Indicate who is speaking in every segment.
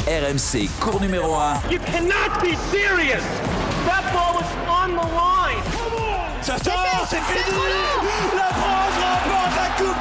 Speaker 1: RMC, cours numéro 1.
Speaker 2: You cannot be serious. That ball was on the line.
Speaker 3: Ça sort, c'est fini. La France remporte la Coupe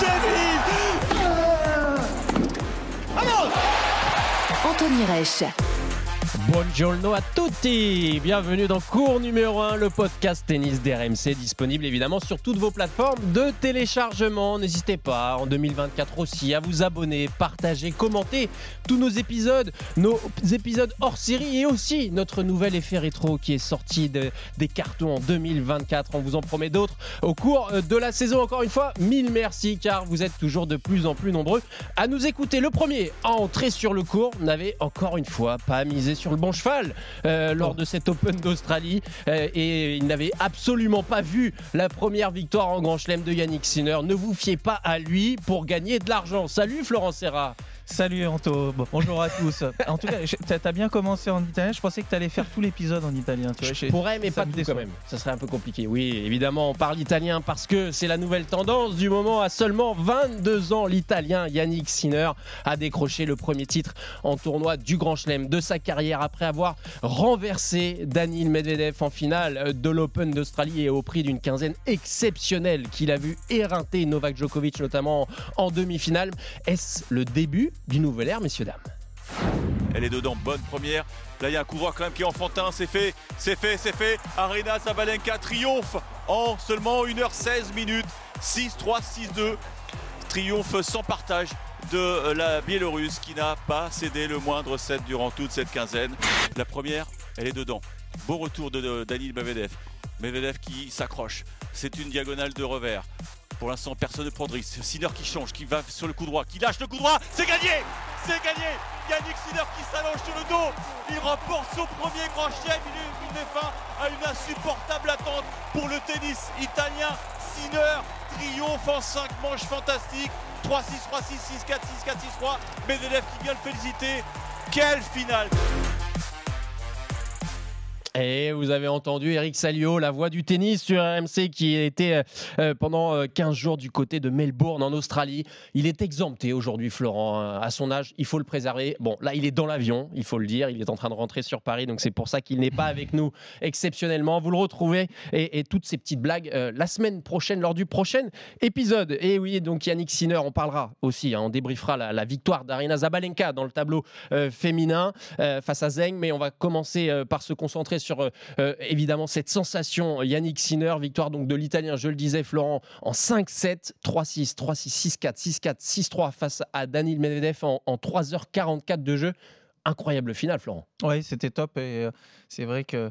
Speaker 3: Davis. Vamos.
Speaker 4: Anthony Reich.
Speaker 5: Buongiorno a tutti, bienvenue dans cours numéro 1, le podcast tennis d'RMC, disponible évidemment sur toutes vos plateformes de téléchargement. N'hésitez pas en 2024 aussi à vous abonner, partager, commenter tous nos épisodes hors série et aussi notre nouvel effet rétro qui est sorti des cartons en 2024. On vous en promet d'autres au cours de la saison. Encore une fois, mille merci car vous êtes toujours de plus en plus nombreux à nous écouter. Le premier à entrer sur le cours n'avait encore une fois pas misé sur le bon cheval lors de cet Open d'Australie et il n'avait absolument pas vu la première victoire en Grand Chelem de Yannick Sinner. Ne vous fiez pas à lui pour gagner de l'argent. Salut Florent Serra.
Speaker 6: Salut Anto, bonjour à tous. En tout cas, t'as bien commencé en italien. Je pensais que t'allais faire tout l'épisode en italien. Tu vois,
Speaker 5: je pourrais, mais pas tout quand même. Ça serait un peu compliqué. Oui, évidemment, on parle italien parce que c'est la nouvelle tendance du moment. À seulement 22 ans, l'Italien Yannick Sinner a décroché le premier titre en tournoi du Grand Chelem de sa carrière après avoir renversé Daniil Medvedev en finale de l'Open d'Australie et au prix d'une quinzaine exceptionnelle qu'il a vu éreinter Novak Djokovic, notamment en demi-finale. Est-ce le début d'une nouvelle ère, messieurs, dames?
Speaker 7: Elle est dedans, bonne première. Là, il y a un coureur quand même qui est enfantin. C'est fait. Aryna Sabalenka triomphe en seulement 1h16 minutes. 6-3, 6-2. Triomphe sans partage de la Biélorusse qui n'a pas cédé le moindre set durant toute cette quinzaine. La première, elle est dedans. Beau retour de Daniil Medvedev. Medvedev qui s'accroche. C'est une diagonale de revers. Pour l'instant, personne ne prend de risque. Sinner qui change, qui va sur le coup droit, qui lâche le coup droit. C'est gagné. Yannick Sinner qui s'allonge sur le dos. Il remporte son premier Grand Chelem. Il met fin à une insupportable attente pour le tennis italien. Sinner triomphe en 5 manches fantastiques. 3-6, 3-6, 6-4, 6-4, 6-3. Medvedev qui vient le féliciter. Quelle finale!
Speaker 5: Et vous avez entendu Eric Salio, la voix du tennis sur RMC qui était pendant 15 jours du côté de Melbourne en Australie. Il est exempté aujourd'hui, Florent. À son âge, il faut le préserver. Bon, là, il est dans l'avion, il faut le dire. Il est en train de rentrer sur Paris, donc c'est pour ça qu'il n'est pas avec nous exceptionnellement. Vous le retrouvez et toutes ces petites blagues la semaine prochaine, lors du prochain épisode. Et oui, donc Yannick Sinner, on parlera aussi, on débriefera la victoire d'Aryna Sabalenka dans le tableau féminin face à Zheng. Mais on va commencer par se concentrer sur évidemment cette sensation Yannick Sinner, victoire donc de l'Italien, je le disais Florent, en 5-7, 3-6, 3-6, 6-4, 6-4, 6-3 face à Daniil Medvedev en 3h44 de jeu. Incroyable finale, Florent.
Speaker 6: Oui, c'était top et c'est vrai que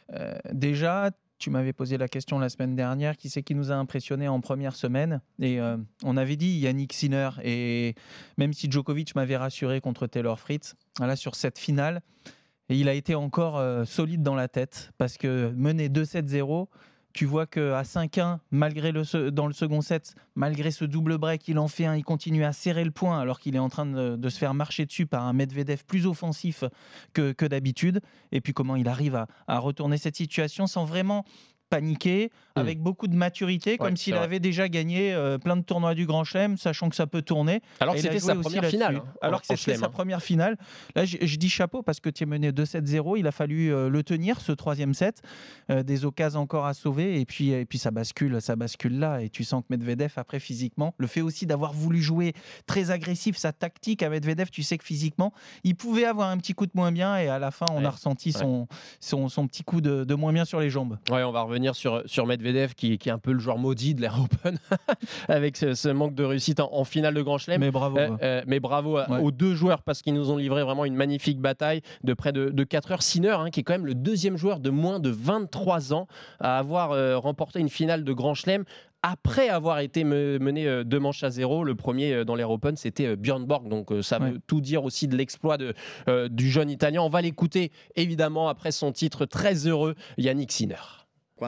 Speaker 6: déjà tu m'avais posé la question la semaine dernière, qui c'est qui nous a impressionné en première semaine, et on avait dit Yannick Sinner, et même si Djokovic m'avait rassuré contre Taylor Fritz, là sur cette finale, et il a été encore solide dans la tête, parce que mené 2-7-0, tu vois qu'à 5-1, dans le second set, malgré ce double break, il en fait un, il continue à serrer le point alors qu'il est en train de se faire marcher dessus par un Medvedev plus offensif que d'habitude. Et puis comment il arrive à retourner cette situation sans vraiment paniquer, avec beaucoup de maturité, comme s'il avait déjà gagné plein de tournois du Grand Chelem, sachant que ça peut tourner.
Speaker 5: Alors que c'était sa première finale.
Speaker 6: Alors que c'était sa première finale. Là, je dis chapeau parce que tu es mené 2-7-0. Il a fallu le tenir, ce troisième set. Des occasions encore à sauver. Et puis ça bascule là. Et tu sens que Medvedev, après, physiquement, le fait aussi d'avoir voulu jouer très agressif, sa tactique à Medvedev, tu sais que physiquement, il pouvait avoir un petit coup de moins bien. Et à la fin, on a ressenti son petit coup de moins bien sur les jambes.
Speaker 5: Ouais, on va revenir sur Medvedev qui est un peu le joueur maudit de l'Air Open avec ce manque de réussite en finale de Grand Chelem.
Speaker 6: Mais bravo.
Speaker 5: Aux deux joueurs parce qu'ils nous ont livré vraiment une magnifique bataille de près de 4 heures. Sinner, qui est quand même le deuxième joueur de moins de 23 ans à avoir remporté une finale de Grand Chelem après avoir été mené 2-0. Le premier dans l'Air Open, c'était Björn Borg. Donc ça veut tout dire aussi de l'exploit du jeune Italien. On va l'écouter évidemment après son titre très heureux, Yannick Sinner.
Speaker 8: Quand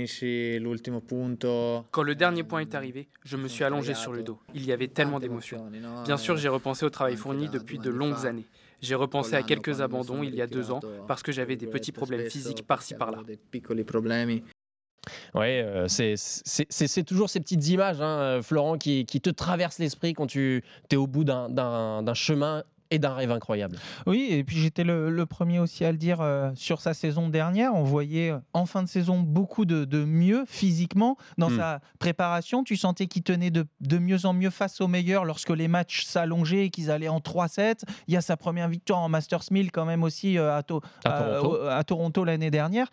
Speaker 8: le dernier point est arrivé, je me suis allongé sur le dos. Il y avait tellement d'émotions. Bien sûr, j'ai repensé au travail fourni depuis de longues années. J'ai repensé à quelques abandons il y a 2 ans parce que j'avais des petits problèmes physiques par-ci par-là.
Speaker 5: Oui, c'est toujours ces petites images, Florent, qui te traversent l'esprit quand tu es au bout d'un chemin et d'un rêve incroyable.
Speaker 6: Oui, et puis j'étais le premier aussi à le dire sur sa saison dernière. On voyait en fin de saison beaucoup de mieux physiquement. Dans sa préparation, tu sentais qu'il tenait de mieux en mieux face aux meilleurs lorsque les matchs s'allongeaient et qu'ils allaient en 3-7. Il y a sa première victoire en Masters 1000 quand même aussi à Toronto l'année dernière.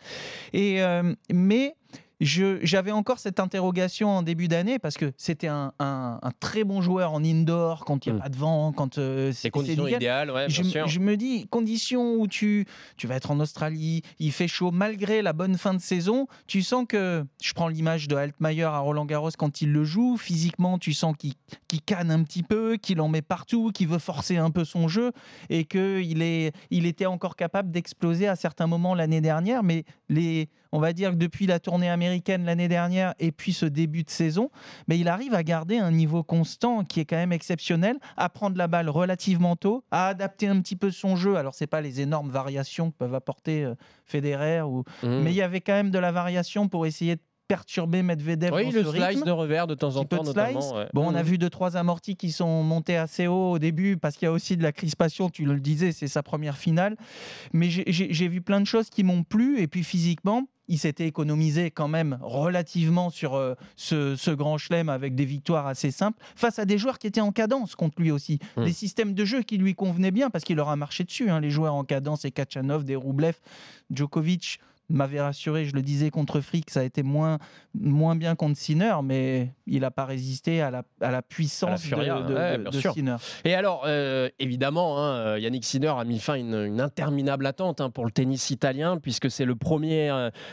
Speaker 6: Mais j'avais encore cette interrogation en début d'année parce que c'était un très bon joueur en indoor quand il n'y a pas de vent, quand
Speaker 5: c'est conditions idéales, ouais, bien sûr.
Speaker 6: Je me dis, conditions où tu vas être en Australie, il fait chaud, malgré la bonne fin de saison, tu sens que, je prends l'image de Altmaier à Roland-Garros quand il le joue, physiquement tu sens qu'il canne un petit peu, qu'il en met partout, qu'il veut forcer un peu son jeu et qu'il était encore capable d'exploser à certains moments l'année dernière, mais on va dire que depuis la tournée américaine l'année dernière et puis ce début de saison, mais il arrive à garder un niveau constant qui est quand même exceptionnel, à prendre la balle relativement tôt, à adapter un petit peu son jeu. Alors, c'est pas les énormes variations que peuvent apporter Federer, mais il y avait quand même de la variation pour essayer de perturber Medvedev dans ce rythme.
Speaker 5: Oui, le slice de revers de temps en temps, notamment. Ouais.
Speaker 6: Bon, on a vu 2-3 amortis qui sont montés assez haut au début parce qu'il y a aussi de la crispation, tu le disais, c'est sa première finale. Mais j'ai vu plein de choses qui m'ont plu. Et puis physiquement, il s'était économisé quand même relativement sur ce grand chelem avec des victoires assez simples face à des joueurs qui étaient en cadence contre lui aussi. Des systèmes de jeu qui lui convenaient bien parce qu'il leur a marché dessus. Les joueurs en cadence, et Khachanov, des Rublev, Djokovic m'avait rassuré, je le disais, contre Frick, ça a été moins bien contre Sinner, mais il n'a pas résisté à la puissance de Sinner.
Speaker 5: Et alors, évidemment, Yannick Sinner a mis fin à une interminable attente pour le tennis italien, puisque c'est le premier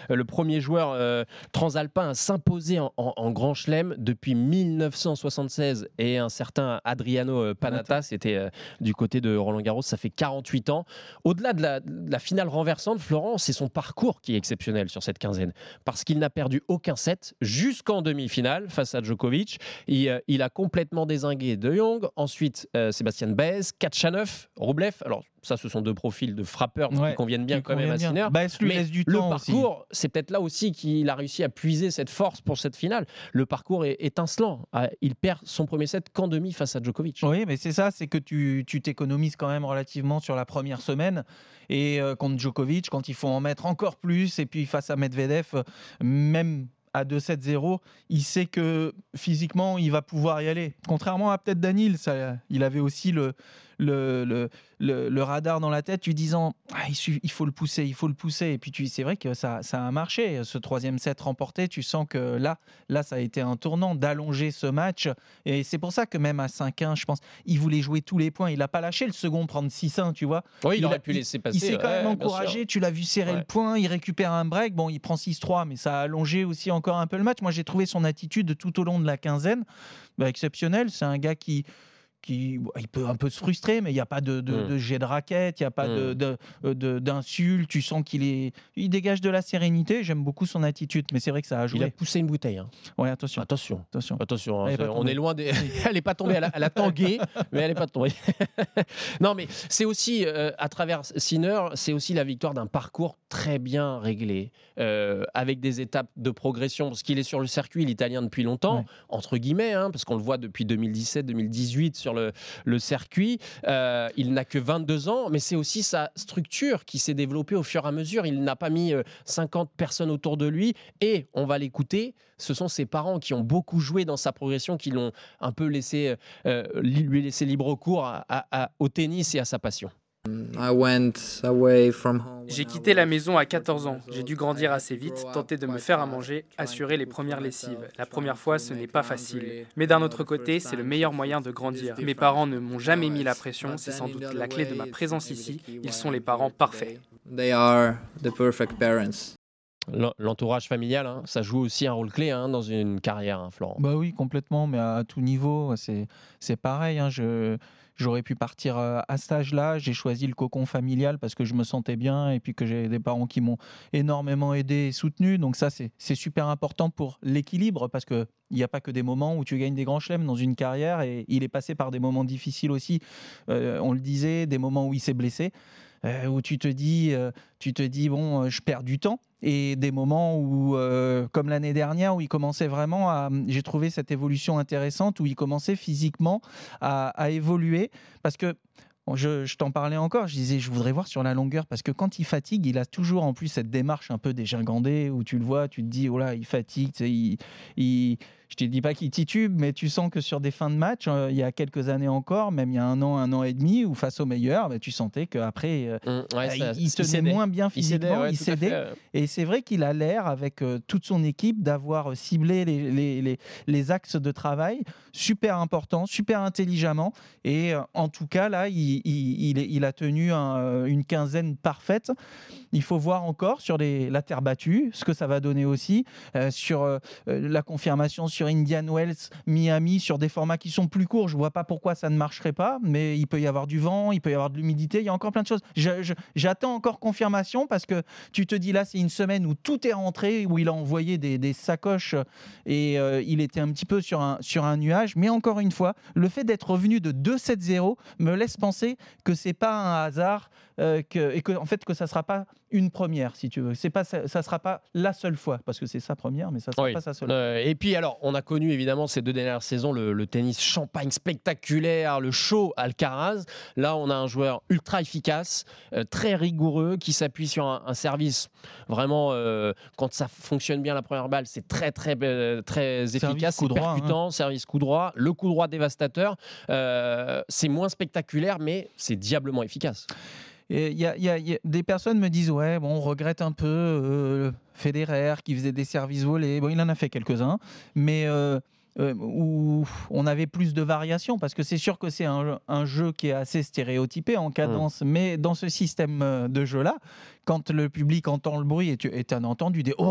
Speaker 5: joueur transalpin à s'imposer en Grand Chelem depuis 1976, et un certain Adriano Panatta, c'était du côté de Roland-Garros, ça fait 48 ans. Au-delà de la finale renversante, Florent, c'est son parcours qui est exceptionnel sur cette quinzaine, parce qu'il n'a perdu aucun set jusqu'en demi-finale face à Djokovic. Il a complètement dézingué De Jong, ensuite Sébastien Baez, Khachanov, Rublev. Alors ça, ce sont deux profils de frappeurs qui conviennent bien quand même à Sinner.
Speaker 6: Mais
Speaker 5: le parcours, c'est peut-être là aussi qu'il a réussi à puiser cette force pour cette finale. Le parcours est étincelant. Il perd son premier set qu'en demi face à Djokovic.
Speaker 6: Oui, mais c'est ça, c'est que tu t'économises quand même relativement sur la première semaine. Et contre Djokovic, quand il faut en mettre encore plus, et puis face à Medvedev, même à 2-7-0, il sait que physiquement, il va pouvoir y aller. Contrairement à peut-être Daniil, il avait aussi le radar dans la tête, lui disant il faut le pousser. Et puis c'est vrai que ça a marché. Ce troisième set remporté, tu sens que là, ça a été un tournant d'allonger ce match. Et c'est pour ça que même à 5-1, je pense, il voulait jouer tous les points. Il n'a pas lâché le second, prendre 6-1, tu vois.
Speaker 5: Oui, il aurait pu laisser passer.
Speaker 6: Il s'est quand même encouragé. Tu l'as vu serrer le point. Il récupère un break. Bon, il prend 6-3, mais ça a allongé aussi encore un peu le match. Moi, j'ai trouvé son attitude tout au long de la quinzaine exceptionnelle. C'est un gars qui il peut un peu se frustrer, mais il n'y a pas de jet de raquette, il n'y a pas d'insultes. Tu sens il dégage de la sérénité. J'aime beaucoup son attitude, mais c'est vrai que ça a joué.
Speaker 5: Il a poussé une bouteille.
Speaker 6: Ouais, attention.
Speaker 5: On est loin des. Elle n'est pas tombée. Elle a tangué, mais elle n'est pas tombée. Non, mais c'est aussi à travers Sinner, c'est aussi la victoire d'un parcours très bien réglé, avec des étapes de progression, parce qu'il est sur le circuit l'Italien depuis longtemps, entre guillemets, parce qu'on le voit depuis 2017-2018 sur le circuit. Il n'a que 22 ans, mais c'est aussi sa structure qui s'est développée au fur et à mesure. Il n'a pas mis 50 personnes autour de lui, et on va l'écouter. Ce sont ses parents qui ont beaucoup joué dans sa progression, qui l'ont un peu laissé lui laisser libre cours au tennis et à sa passion.
Speaker 8: J'ai quitté la maison à 14 ans. J'ai dû grandir assez vite, tenter de me faire à manger, assurer les premières lessives. La première fois, ce n'est pas facile. Mais d'un autre côté, c'est le meilleur moyen de grandir. Mes parents ne m'ont jamais mis la pression. C'est sans doute la clé de ma présence ici. Ils sont les parents parfaits.
Speaker 5: L'entourage familial, ça joue aussi un rôle clé dans une carrière, Florent.
Speaker 6: Bah oui, complètement, mais à tout niveau, c'est pareil. J'aurais pu partir à cet âge-là. J'ai choisi le cocon familial parce que je me sentais bien et puis que j'ai des parents qui m'ont énormément aidé et soutenu. Donc ça, c'est super important pour l'équilibre, parce qu'il n'y a pas que des moments où tu gagnes des grands chelems dans une carrière, et il est passé par des moments difficiles aussi. On le disait, des moments où il s'est blessé, où tu te dis bon, je perds du temps. Et des moments où, comme l'année dernière, où il commençait vraiment j'ai trouvé cette évolution intéressante, où il commençait physiquement à évoluer, parce que je t'en parlais encore, je disais, je voudrais voir sur la longueur, parce que quand il fatigue, il a toujours en plus cette démarche un peu dégingandée, où tu le vois, tu te dis, oh là, il fatigue, je te dis pas qu'il titube, mais tu sens que sur des fins de match, il y a quelques années encore, même il y a un an et demi, où face aux meilleurs, tu sentais qu'après, il tenait moins bien physiquement, il cédait. Et c'est vrai qu'il a l'air, avec toute son équipe, d'avoir ciblé les axes de travail super importants, super intelligemment. Et en tout cas, là, il a tenu une quinzaine parfaite. Il faut voir encore sur la terre battue, ce que ça va donner aussi, sur la confirmation sur Indian Wells, Miami, sur des formats qui sont plus courts. Je ne vois pas pourquoi ça ne marcherait pas, mais il peut y avoir du vent, il peut y avoir de l'humidité, il y a encore plein de choses. J'attends encore confirmation, parce que tu te dis là, c'est une semaine où tout est rentré, où il a envoyé des sacoches et il était un petit peu sur un nuage. Mais encore une fois, le fait d'être revenu de 2-7-0 me laisse penser que ce n'est pas un hasard, et que ça ne sera pas une première, si tu veux. Ça ne sera pas la seule fois, parce que c'est sa première, mais ça ne sera pas sa seule.
Speaker 5: Et puis alors, on a connu évidemment ces 2 dernières saisons le tennis champagne spectaculaire, le show Alcaraz. Là, on a un joueur ultra efficace, très rigoureux, qui s'appuie sur un service vraiment, quand ça fonctionne bien la première balle, c'est très très très efficace, c'est percutant, service coup droit, le coup droit dévastateur. C'est moins spectaculaire, mais c'est diablement efficace.
Speaker 6: Il y a des personnes me disent on regrette un peu Federer qui faisait des services volés. Bon, il en a fait quelques-uns, mais où on avait plus de variations, parce que c'est sûr que c'est un jeu qui est assez stéréotypé en cadence, mais dans ce système de jeu-là, quand le public entend le bruit et tu as entendu des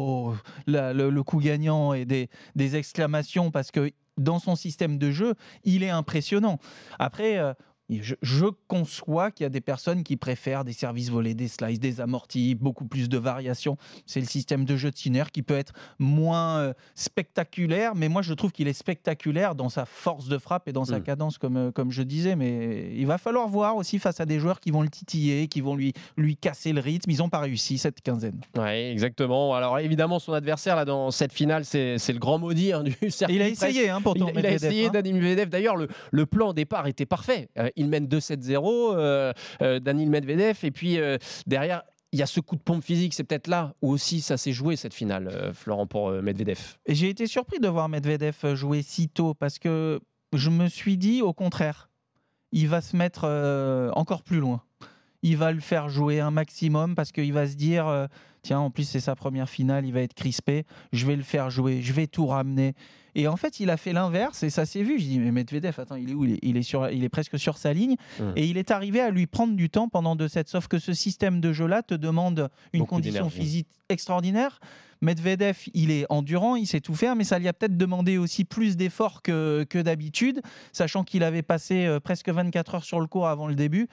Speaker 6: le coup gagnant et des exclamations, parce que dans son système de jeu, il est impressionnant. Après, je conçois qu'il y a des personnes qui préfèrent des services volés, des slices, des amortis, beaucoup plus de variations. C'est le système de jeu de Sinner qui peut être moins spectaculaire, mais moi je trouve qu'il est spectaculaire dans sa force de frappe et dans sa cadence, comme je disais. Mais il va falloir voir aussi face à des joueurs qui vont le titiller, qui vont lui casser le rythme. Ils n'ont pas réussi cette quinzaine.
Speaker 5: Oui, exactement. Alors évidemment, son adversaire là, dans cette finale, c'est le grand maudit du circuit.
Speaker 6: Il a essayé pourtant.
Speaker 5: Il a essayé, Daniil Medvedev. D'ailleurs, le plan au départ était parfait. Il mène 2-7-0, Daniil Medvedev, et puis derrière, il y a ce coup de pompe physique. C'est peut-être là où aussi ça s'est joué, cette finale, Florent, pour Medvedev.
Speaker 6: Et j'ai été surpris de voir Medvedev jouer si tôt, parce que je me suis dit, au contraire, il va se mettre encore plus loin. Il va le faire jouer un maximum, parce qu'il va se dire tiens, en plus c'est sa première finale, il va être crispé, je vais le faire jouer, je vais tout ramener. Et en fait, il a fait l'inverse, et ça s'est vu. Je dis, mais Medvedev, attends, il est où ? Il est presque sur sa ligne. Et il est arrivé à lui prendre du temps pendant 2 sets. Sauf que ce système de jeu-là te demande une condition physique extraordinaire. Medvedev, il est endurant, il sait tout faire, mais ça lui a peut-être demandé aussi plus d'efforts que d'habitude, sachant qu'il avait passé presque 24 heures sur le court avant le début.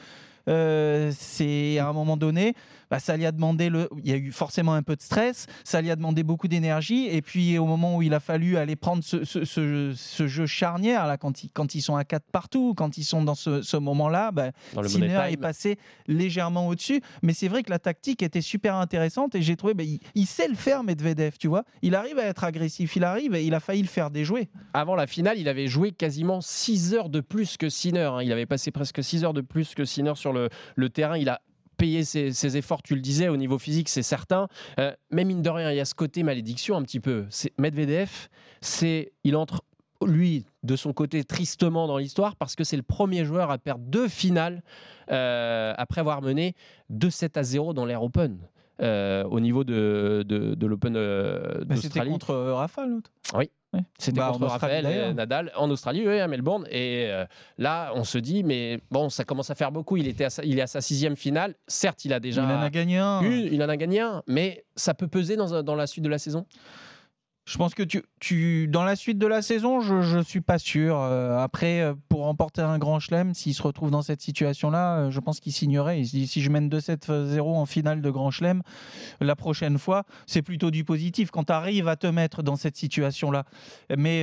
Speaker 6: C'est à un moment donné, ça lui a demandé il y a eu forcément un peu de stress, ça lui a demandé beaucoup d'énergie, et puis au moment où il a fallu aller prendre ce jeu charnière là, quand ils sont à 4 partout, quand ils sont dans ce moment-là, Sinner est passé légèrement au-dessus. Mais c'est vrai que la tactique était super intéressante, et j'ai trouvé il sait le faire, Medvedev, tu vois, il arrive à être agressif, il a failli le faire déjouer.
Speaker 5: Avant la finale, il avait joué quasiment 6 heures de plus que Sinner, il avait passé presque 6 heures de plus que Sinner sur le terrain. Il a payé ses efforts, tu le disais, au niveau physique, c'est certain. Mais mine de rien, il y a ce côté malédiction un petit peu. Medvedev, il entre, lui, de son côté, tristement dans l'histoire, parce que c'est le premier joueur à perdre 2 finales après avoir mené 2-7-0 dans l'Air Open. Au niveau de l'Open d'Australie.
Speaker 6: C'était contre Rafa, l'autre.
Speaker 5: Oui. C'était contre Rafael Nadal en Australie, à Melbourne. Et là, on se dit, mais bon, ça commence à faire beaucoup. Il est à sa 6e finale. Certes, il en a gagné un, mais ça peut peser dans la suite de la saison.
Speaker 6: Je pense que dans la suite de la saison, je suis pas sûr. Après, pour remporter un grand chelem, s'il se retrouve dans cette situation-là, je pense qu'il signerait. Il se dit, si je mène 2-7-0 en finale de grand chelem, la prochaine fois, c'est plutôt du positif quand tu arrives à te mettre dans cette situation-là. Mais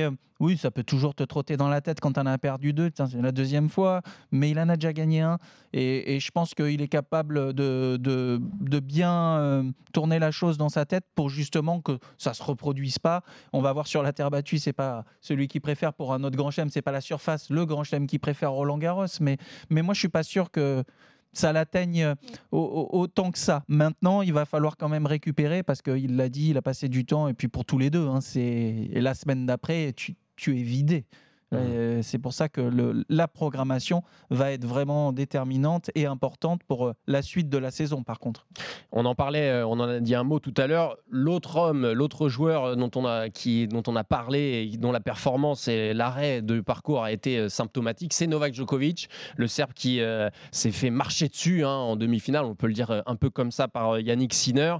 Speaker 6: Oui, ça peut toujours te trotter dans la tête quand tu en as perdu 2. C'est la deuxième fois, mais il en a déjà gagné un. Et je pense qu'il est capable de bien tourner la chose dans sa tête pour justement que ça ne se reproduise pas. On va voir sur la terre battue, c'est pas celui qui préfère pour un autre grand chelem, c'est pas la surface, le grand chelem qui préfère Roland Garros. Mais moi, je suis pas sûr que ça l'atteigne autant que ça. Maintenant, il va falloir quand même récupérer parce qu'il l'a dit, il a passé du temps. Et puis pour tous les deux, et la semaine d'après, tu es vidé. C'est pour ça que la programmation va être vraiment déterminante et importante pour la suite de la saison, par contre.
Speaker 5: On en parlait, on en a dit un mot tout à l'heure. L'autre joueur dont on a parlé et dont la performance et l'arrêt de parcours a été symptomatique, c'est Novak Djokovic, le Serbe qui s'est fait marcher dessus en demi-finale, on peut le dire un peu comme ça, par Yannick Sinner.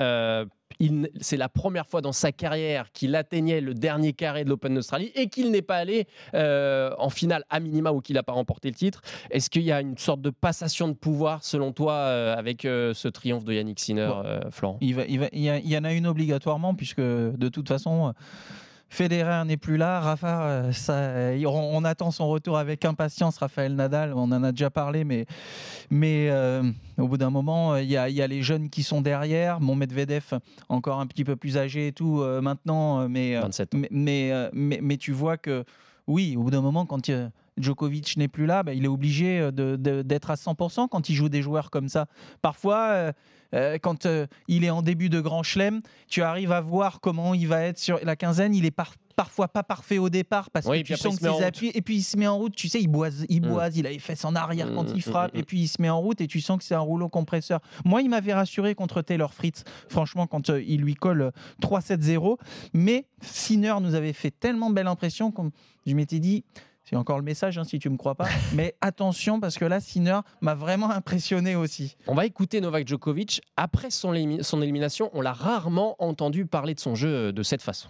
Speaker 5: C'est la première fois dans sa carrière qu'il atteignait le dernier carré de l'Open d'Australie et qu'il n'est pas allé en finale à minima ou qu'il n'a pas remporté le titre. Est-ce qu'il y a une sorte de passation de pouvoir selon toi avec ce triomphe de Yannick Sinner, Florent ?
Speaker 6: Il y en a une obligatoirement puisque de toute façon... Federer n'est plus là, Rafa, on attend son retour avec impatience. Rafael Nadal, on en a déjà parlé, mais au bout d'un moment, il y a les jeunes qui sont derrière. Mon Medvedev, encore un petit peu plus âgé et tout maintenant, mais
Speaker 5: 27.
Speaker 6: Mais tu vois que oui, au bout d'un moment, quand Djokovic n'est plus là, il est obligé d'être à 100% quand il joue des joueurs comme ça. Parfois, quand il est en début de grand chelem, tu arrives à voir comment il va être sur la quinzaine. Il est parfois pas parfait au départ parce que tu sens que ses appuis, et puis il se met en route. Tu sais, il boise, il a les fesses en arrière quand il frappe, et puis il se met en route et tu sens que c'est un rouleau compresseur. Moi, il m'avait rassuré contre Taylor Fritz, franchement, quand il lui colle 3-7-0. Mais Sinner nous avait fait tellement belle impression que je m'étais dit... C'est encore le message, si tu ne me crois pas. Mais attention, parce que là, Sinner m'a vraiment impressionné aussi.
Speaker 5: On va écouter Novak Djokovic. Après son élimination, on l'a rarement entendu parler de son jeu de cette façon.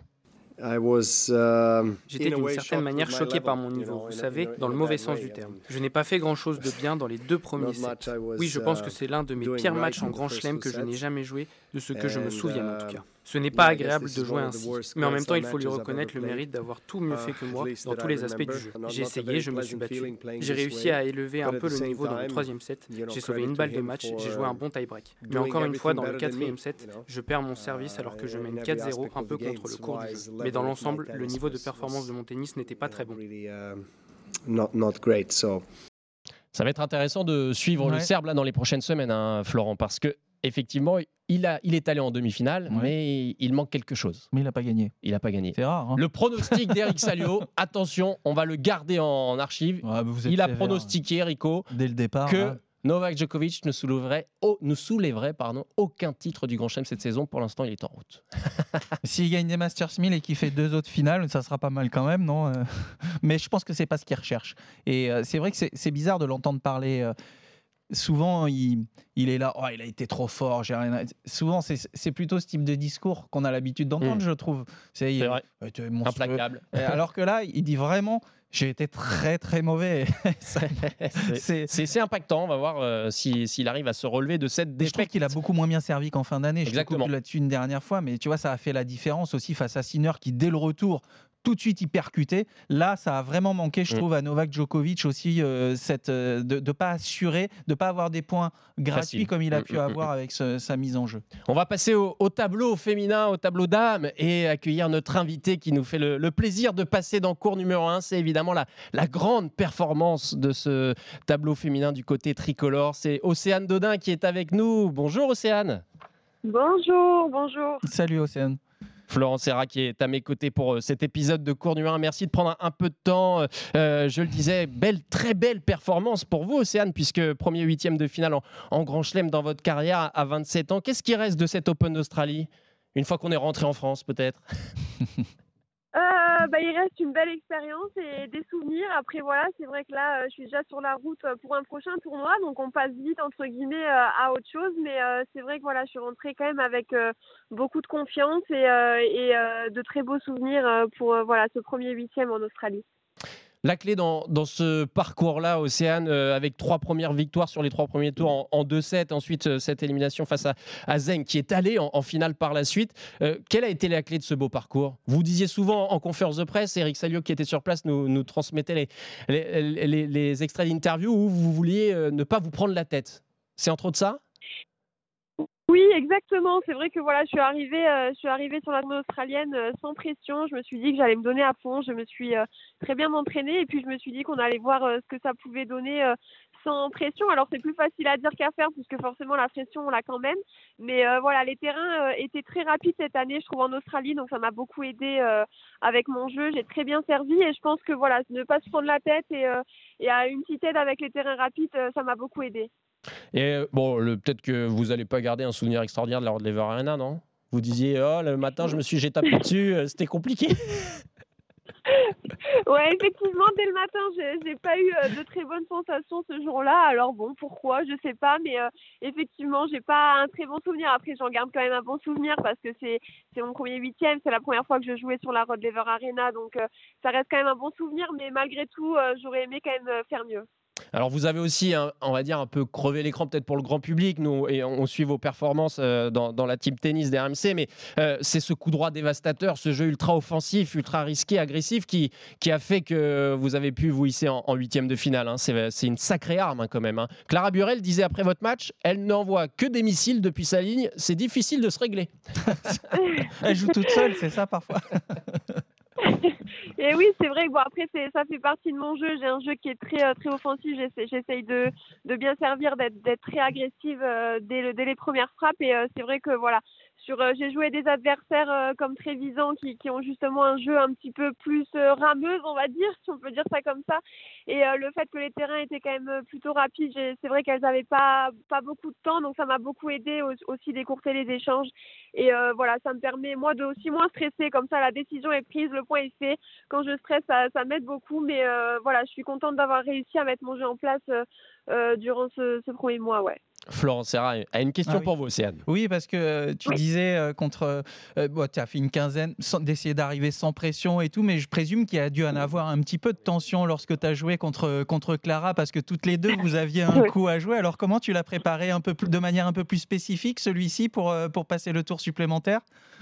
Speaker 8: J'étais d'une certaine manière choqué par mon niveau, vous savez, dans le mauvais sens du terme. Je n'ai pas fait grand-chose de bien dans les 2 premiers sets. Oui, je pense que c'est l'un de mes pires matchs en grand chelem que je n'ai jamais joué, de ce que je me souviens en tout cas. Ce n'est pas agréable de jouer ainsi, mais en même temps, il faut lui reconnaître le mérite d'avoir tout mieux fait que moi dans tous les aspects du jeu. J'ai essayé, je me suis battu. J'ai réussi à élever un peu le niveau dans le 3e set. J'ai sauvé une balle de match, j'ai joué un bon tie-break. Mais encore une fois, dans le 4e set, je perds mon service alors que je mène 4-0, un peu contre le cours du jeu. Mais dans l'ensemble, le niveau de performance de mon tennis n'était pas très bon.
Speaker 5: Ça va être intéressant de suivre le Serbe là, dans les prochaines semaines, Florent, parce que effectivement, il est allé en demi-finale, mais il manque quelque chose.
Speaker 6: Mais il n'a pas gagné. C'est rare.
Speaker 5: Le pronostic d'Eric Salio, attention, on va le garder en archive. Il a pronostiqué, Rico,
Speaker 6: dès le départ,
Speaker 5: que Novak Djokovic ne soulèverait aucun titre du Grand Chelem cette saison. Pour l'instant, il est en route.
Speaker 6: S'il gagne des Masters 1000 et qu'il fait 2 autres finales, ça sera pas mal quand même, non ? Mais je pense que c'est pas ce qu'il recherche. Et c'est vrai que c'est bizarre de l'entendre parler. Souvent, il est là, il a été trop fort. Souvent, c'est plutôt ce type de discours qu'on a l'habitude d'entendre, je trouve.
Speaker 5: C'est vrai.
Speaker 6: Implacable. Alors que là, il dit vraiment, j'ai été très très mauvais.
Speaker 5: C'est impactant. On va voir s'il arrive à se relever de cette défaite.
Speaker 6: Je trouve qu'il a beaucoup moins bien servi qu'en fin d'année.
Speaker 5: Exactement.
Speaker 6: Je là-dessus une dernière fois, mais tu vois, ça a fait la différence aussi face à Sinner qui, dès le retour, tout de suite, il percutait. Là, ça a vraiment manqué, je trouve, à Novak Djokovic aussi, de ne pas assurer, de ne pas avoir des points gratuits comme il a pu avoir avec sa mise en jeu.
Speaker 5: On va passer au tableau féminin, au tableau dames, et accueillir notre invité qui nous fait le plaisir de passer dans cours numéro 1. C'est évidemment la grande performance de ce tableau féminin du côté tricolore. C'est Océane Dodin qui est avec nous. Bonjour Océane.
Speaker 9: Bonjour.
Speaker 6: Salut Océane.
Speaker 5: Florent Serra qui est à mes côtés pour cet épisode de cours numéro 1. Merci de prendre un peu de temps. Je le disais, très belle performance pour vous, Océane, puisque premier 8e de finale en Grand Chelem dans votre carrière à 27 ans. Qu'est-ce qui reste de cet Open d'Australie, une fois qu'on est rentré en France, peut-être?
Speaker 9: Il reste une belle expérience et des souvenirs. Après, voilà, c'est vrai que là, je suis déjà sur la route pour un prochain tournoi, donc on passe vite, entre guillemets, à autre chose. Mais c'est vrai que voilà, je suis rentrée quand même avec beaucoup de confiance et de très beaux souvenirs pour ce premier 8e en Australie.
Speaker 5: La clé dans ce parcours-là, Océane, avec 3 premières victoires sur les 3 premiers tours en 2-7, ensuite cette élimination face à Zheng qui est allé en finale par la suite. Quelle a été la clé de ce beau parcours ? Vous disiez souvent en conférence de presse, Eric Salio qui était sur place nous transmettait les extraits d'interview où vous vouliez ne pas vous prendre la tête. C'est entre autres ça ?
Speaker 9: Oui, exactement. C'est vrai que voilà, je suis arrivée sur la tournée australienne sans pression. Je me suis dit que j'allais me donner à fond. Je me suis très bien entraînée et puis je me suis dit qu'on allait voir ce que ça pouvait donner sans pression. Alors c'est plus facile à dire qu'à faire puisque forcément la pression on l'a quand même. Mais voilà, les terrains étaient très rapides cette année, je trouve en Australie, donc ça m'a beaucoup aidé avec mon jeu. J'ai très bien servi et je pense que voilà, ne pas se prendre la tête et à une petite aide avec les terrains rapides, ça m'a beaucoup aidé.
Speaker 5: Et bon, peut-être que vous n'allez pas garder un souvenir extraordinaire de la Rod Laver Arena, non ? Vous disiez, le matin, j'ai tapé dessus, c'était compliqué.
Speaker 9: Ouais, effectivement, dès le matin, j'ai pas eu de très bonnes sensations ce jour-là. Alors bon, pourquoi ? Je sais pas, mais effectivement, j'ai pas un très bon souvenir. Après, j'en garde quand même un bon souvenir parce que c'est mon premier 8e, c'est la première fois que je jouais sur la Rod Laver Arena, donc ça reste quand même un bon souvenir. Mais malgré tout, j'aurais aimé quand même faire mieux.
Speaker 5: Alors vous avez aussi, on va dire, un peu crevé l'écran peut-être pour le grand public, nous, et on suit vos performances dans la team tennis des RMC, mais c'est ce coup droit dévastateur, ce jeu ultra offensif, ultra risqué, agressif qui a fait que vous avez pu vous hisser en 8e de finale. Hein. C'est une sacrée arme quand même. Hein. Clara Burel disait après votre match, elle n'envoie que des missiles depuis sa ligne, c'est difficile de se régler.
Speaker 6: Elle joue toute seule, c'est ça parfois.
Speaker 9: Et oui, c'est vrai que bon, après, ça fait partie de mon jeu. J'ai un jeu qui est très, très offensif. J'essaye de bien servir, d'être très agressive dès les premières frappes. Et c'est vrai que voilà, j'ai joué des adversaires comme Trevisan qui ont justement un jeu un petit peu plus rameuse, on va dire, si on peut dire ça comme ça. Et le fait que les terrains étaient quand même plutôt rapides, c'est vrai qu'elles n'avaient pas beaucoup de temps, donc ça m'a beaucoup aidé aussi d'écourter les échanges. Et voilà, ça me permet moi de aussi moins stresser, comme ça la décision est prise, le point est fait. Quand je stresse, ça m'aide beaucoup, mais voilà, je suis contente d'avoir réussi à mettre mon jeu en place durant ce premier mois, ouais.
Speaker 5: Florence Serra a une question pour vous, Océane.
Speaker 6: Oui, parce que tu disais tu as fait une quinzaine d'essayer d'arriver sans pression et tout, mais je présume qu'il y a dû en avoir un petit peu de tension lorsque tu as joué contre Clara, parce que toutes les deux, vous aviez un coup à jouer. Alors comment tu l'as préparé de manière un peu plus spécifique, celui-ci, pour passer le tour supplémentaire ?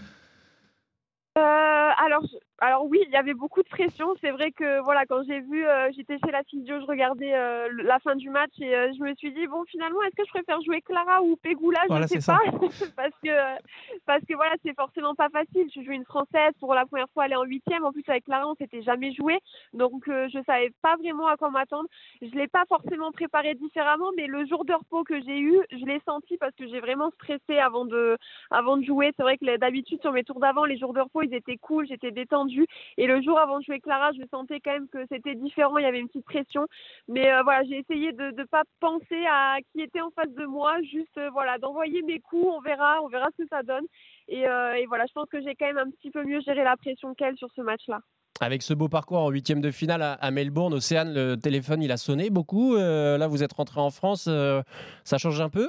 Speaker 9: Alors oui, il y avait beaucoup de pression. C'est vrai que voilà, quand j'ai vu, j'étais chez la physio, je regardais la fin du match et je me suis dit bon, finalement, est-ce que je préfère jouer Clara ou Pegula ?
Speaker 6: Voilà,
Speaker 9: je ne sais pas parce que voilà, c'est forcément pas facile. Je joue une Française pour la première fois, elle est en 8e. En plus avec Clara, on s'était jamais joué, donc je savais pas vraiment à quoi m'attendre. Je l'ai pas forcément préparé différemment, mais le jour de repos que j'ai eu, je l'ai senti parce que j'ai vraiment stressé avant de jouer. C'est vrai que d'habitude sur mes tours d'avant, les jours de repos, ils étaient cool, j'étais détendue. Et le jour avant de jouer Clara, je sentais quand même que c'était différent, il y avait une petite pression. Mais voilà, j'ai essayé de ne pas penser à qui était en face de moi, juste voilà, d'envoyer mes coups, on verra ce que ça donne. Et voilà, je pense que j'ai quand même un petit peu mieux géré la pression qu'elle sur ce match-là.
Speaker 5: Avec ce beau parcours en 8e de finale à Melbourne, Océane, le téléphone, il a sonné beaucoup. Là, vous êtes rentré en France, ça change un peu ?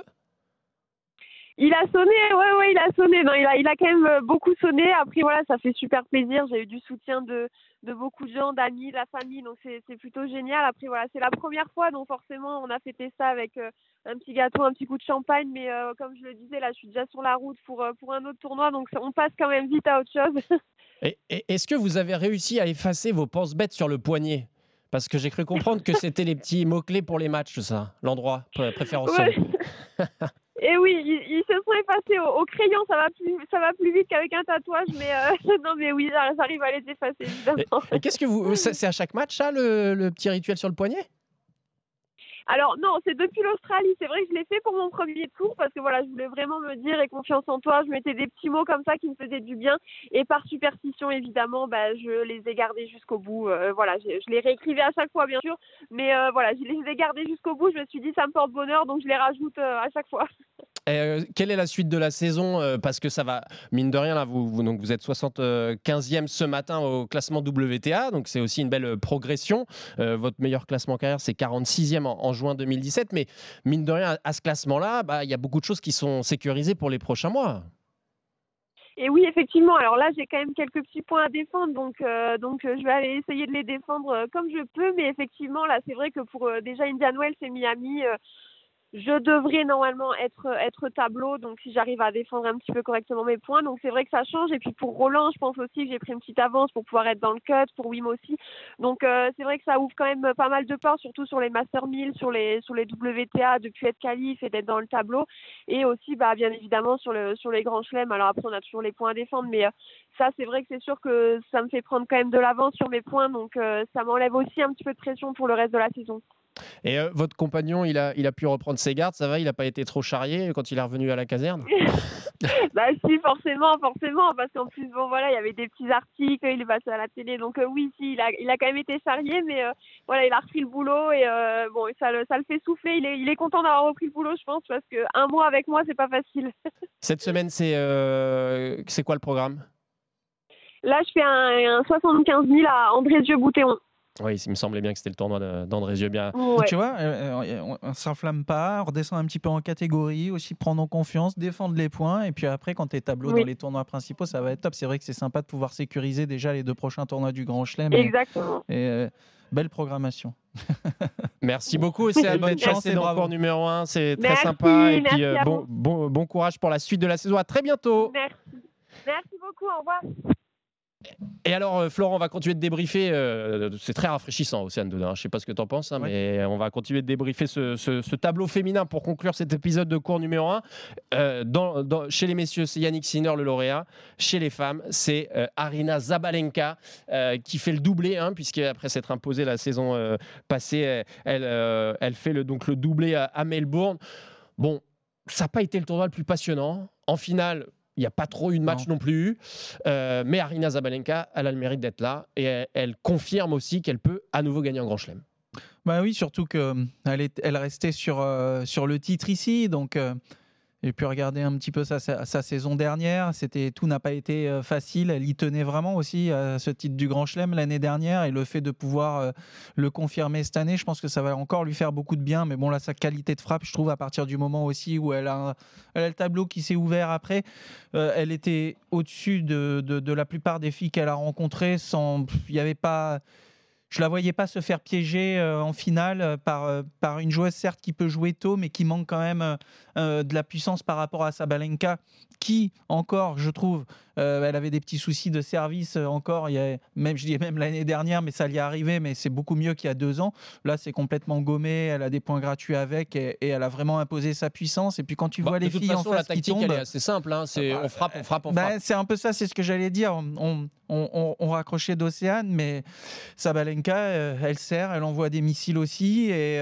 Speaker 9: Il a sonné, ouais, il a sonné. Non, il a quand même beaucoup sonné. Après, voilà, ça fait super plaisir. J'ai eu du soutien de beaucoup de gens, d'amis, de la famille. Donc, c'est plutôt génial. Après, voilà, c'est la première fois. Donc, forcément, on a fêté ça avec un petit gâteau, un petit coup de champagne. Mais comme je le disais, là, je suis déjà sur la route pour un autre tournoi. Donc, on passe quand même vite à autre chose.
Speaker 5: Et est-ce que vous avez réussi à effacer vos pense-bêtes sur le poignet ? Parce que j'ai cru comprendre que c'était les petits mots-clés pour les matchs, ça, l'endroit préférentiel.
Speaker 9: Ouais. Et oui, ils se sont effacés au crayon, ça va plus vite qu'avec un tatouage, mais non, mais oui, j'arrive à les effacer, évidemment.
Speaker 5: Et qu'est-ce que c'est à chaque match, ça, le petit rituel sur le poignet ?
Speaker 9: Alors non, c'est depuis l'Australie. C'est vrai que je l'ai fait pour mon premier tour parce que voilà, je voulais vraiment me dire et confiance en toi. Je mettais des petits mots comme ça qui me faisaient du bien. Et par superstition, évidemment, je les ai gardés jusqu'au bout. Voilà, je les réécrivais à chaque fois, bien sûr. Mais voilà, je les ai gardés jusqu'au bout. Je me suis dit, ça me porte bonheur, donc je les rajoute à chaque fois.
Speaker 5: Quelle est la suite de la saison ? Parce que ça va, mine de rien, là, vous êtes 75e ce matin au classement WTA, donc c'est aussi une belle progression. Votre meilleur classement en carrière, c'est 46e en juin 2017, mais mine de rien, à ce classement-là, il y a beaucoup de choses qui sont sécurisées pour les prochains mois.
Speaker 9: Et oui, effectivement. Alors là, j'ai quand même quelques petits points à défendre, donc je vais aller essayer de les défendre comme je peux. Mais effectivement, là, c'est vrai que pour déjà Indian Wells et Miami, je devrais normalement être tableau, donc si j'arrive à défendre un petit peu correctement mes points, donc c'est vrai que ça change. Et puis pour Roland, je pense aussi que j'ai pris une petite avance pour pouvoir être dans le cut, pour Wim aussi. Donc c'est vrai que ça ouvre quand même pas mal de portes, surtout sur les Master 1000, sur les WTA, de pu être qualif et d'être dans le tableau. Et aussi, bien évidemment, sur les grands chelems. Alors après, on a toujours les points à défendre, mais ça, c'est vrai que c'est sûr que ça me fait prendre quand même de l'avance sur mes points, donc ça m'enlève aussi un petit peu de pression pour le reste de la saison.
Speaker 5: Et votre compagnon, il a pu reprendre ses gardes, ça va? Il n'a pas été trop charrié quand il est revenu à la caserne?
Speaker 9: Si, forcément, parce qu'en plus, il y avait des petits articles, il est passé à la télé, donc oui, si, il a quand même été charrié, mais il a repris le boulot et ça le fait souffler. Il est content d'avoir repris le boulot, je pense, parce qu'un mois avec moi, c'est pas facile. Cette
Speaker 5: semaine, c'est quoi le programme?
Speaker 9: Là, je fais un 75 000 à Andrézieux-Boutéon.
Speaker 5: Oui, il me semblait bien que c'était le tournoi d'Andrézieux. Bien.
Speaker 6: Ouais. Tu vois, on ne s'enflamme pas, on redescend un petit peu en catégorie, aussi prendre en confiance, défendre les points. Et puis après, quand tu es tableau dans les tournois principaux, ça va être top. C'est vrai que c'est sympa de pouvoir sécuriser déjà les 2 prochains tournois du Grand Chelem.
Speaker 9: Exactement.
Speaker 6: Et belle programmation.
Speaker 5: Merci beaucoup, Océane. Bonne chance, c'est dans le cours numéro 1. C'est très sympa. Et puis bon courage pour la suite de la saison. À très bientôt.
Speaker 9: Merci beaucoup. Au revoir.
Speaker 5: Et alors, Florent, on va continuer de débriefer. C'est très rafraîchissant, Océane Dodin. Je ne sais pas ce que tu en penses, mais on va continuer de débriefer ce tableau féminin pour conclure cet épisode de cours numéro 1. Chez les messieurs, c'est Yannick Sinner, le lauréat. Chez les femmes, c'est Aryna Sabalenka qui fait le doublé, puisqu'après s'être imposée la saison passée, elle fait le doublé à Melbourne. Bon, ça n'a pas été le tournoi le plus passionnant. En finale, il n'y a pas trop eu de match non plus. Mais Aryna Sabalenka, elle a le mérite d'être là. Et elle confirme aussi qu'elle peut à nouveau gagner un Grand Chelem.
Speaker 6: Oui, surtout qu'elle restait sur le titre ici. Donc, j'ai pu regarder un petit peu sa saison dernière. Tout n'a pas été facile. Elle y tenait vraiment aussi à ce titre du Grand Chelem l'année dernière. Et le fait de pouvoir le confirmer cette année, je pense que ça va encore lui faire beaucoup de bien. Mais bon, là, sa qualité de frappe, je trouve, à partir du moment aussi où elle a le tableau qui s'est ouvert après, elle était au-dessus de la plupart des filles qu'elle a rencontrées. Il n'y avait pas... Je la voyais pas se faire piéger en finale par une joueuse certes qui peut jouer tôt, mais qui manque quand même de la puissance par rapport à Sabalenka, qui encore, je trouve, elle avait des petits soucis de service encore. Je dis même l'année dernière, mais ça lui est arrivé, mais c'est beaucoup mieux qu'il y a 2 ans. Là, c'est complètement gommé. Elle a des points gratuits avec et elle a vraiment imposé sa puissance. Et puis quand tu vois les filles en face qui tombent,
Speaker 5: elle est assez simple. On frappe.
Speaker 6: C'est un peu ça, c'est ce que j'allais dire. On raccrochait d'Océane, mais Sabalenka, elle sert, elle envoie des missiles aussi, et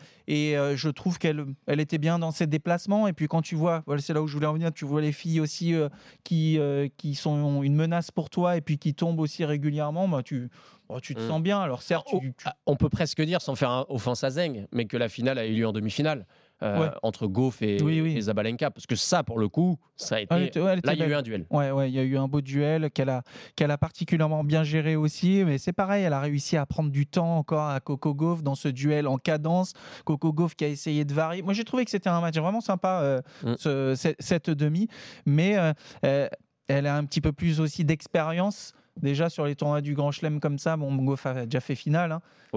Speaker 6: je trouve qu'elle était bien dans ses déplacements. Et puis quand tu vois, c'est là où je voulais en venir, tu vois les filles aussi qui sont une menace pour toi et puis qui tombent aussi régulièrement, tu te sens bien. Alors certes,
Speaker 5: on peut presque dire, sans faire offense à Zeng, mais que la finale a eu lieu en demi-finale. Entre Gauff et Sabalenka, parce que ça, pour le coup, ça a été... Là, il y a eu un duel.
Speaker 6: Il y a eu un beau duel qu'elle a particulièrement bien géré aussi, mais c'est pareil, elle a réussi à prendre du temps encore à Coco Gauff dans ce duel en cadence. Coco Gauff qui a essayé de varier. Moi, j'ai trouvé que c'était un match vraiment sympa, cette demi, mais elle a un petit peu plus aussi d'expérience. Déjà, sur les tournois du Grand Chelem comme ça, Gauff a déjà fait finale.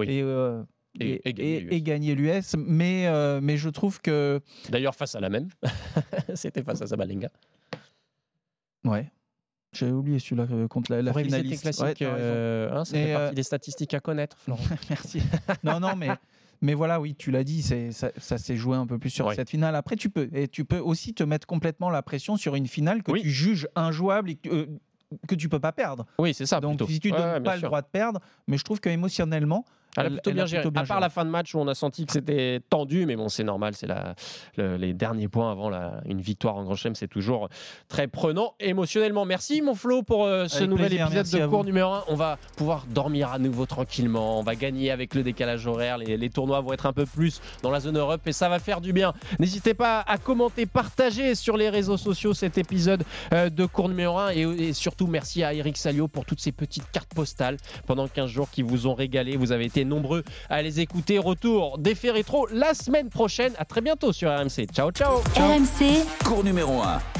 Speaker 6: Et gagner l'US, mais je trouve que...
Speaker 5: D'ailleurs, face à la même, c'était face à Sabalenka.
Speaker 6: Ouais, j'avais oublié celui-là contre la finaliste.
Speaker 5: Classique, ça fait partie des statistiques à connaître, Florent.
Speaker 6: Merci. Non, mais voilà, oui, tu l'as dit, ça s'est joué un peu plus sur cette finale. Après, tu peux aussi te mettre complètement la pression sur une finale que tu juges injouable et que tu peux pas perdre.
Speaker 5: Oui, c'est ça.
Speaker 6: Donc, si tu ne donnes pas le droit de perdre, mais je trouve qu'émotionnellement,
Speaker 5: elle a plutôt bien géré. À part la fin de match où on a senti que c'était tendu, mais bon, c'est normal, c'est les derniers points avant une victoire en Grand Chelem, c'est toujours très prenant émotionnellement. Merci mon Flo pour ce nouvel épisode de cours numéro 1. On va pouvoir dormir à nouveau tranquillement, on va gagner avec le décalage horaire, les tournois vont être un peu plus dans la zone Europe et ça va faire du bien. N'hésitez pas à commenter, partager sur les réseaux sociaux cet épisode de cours numéro 1 et surtout merci à Eric Salio pour toutes ces petites cartes postales pendant 15 jours qui vous ont régalé. Vous avez été nombreux à les écouter. Retour des faits rétro la semaine prochaine. À très bientôt sur RMC. Ciao, ciao.
Speaker 4: RMC.
Speaker 1: Cours numéro 1.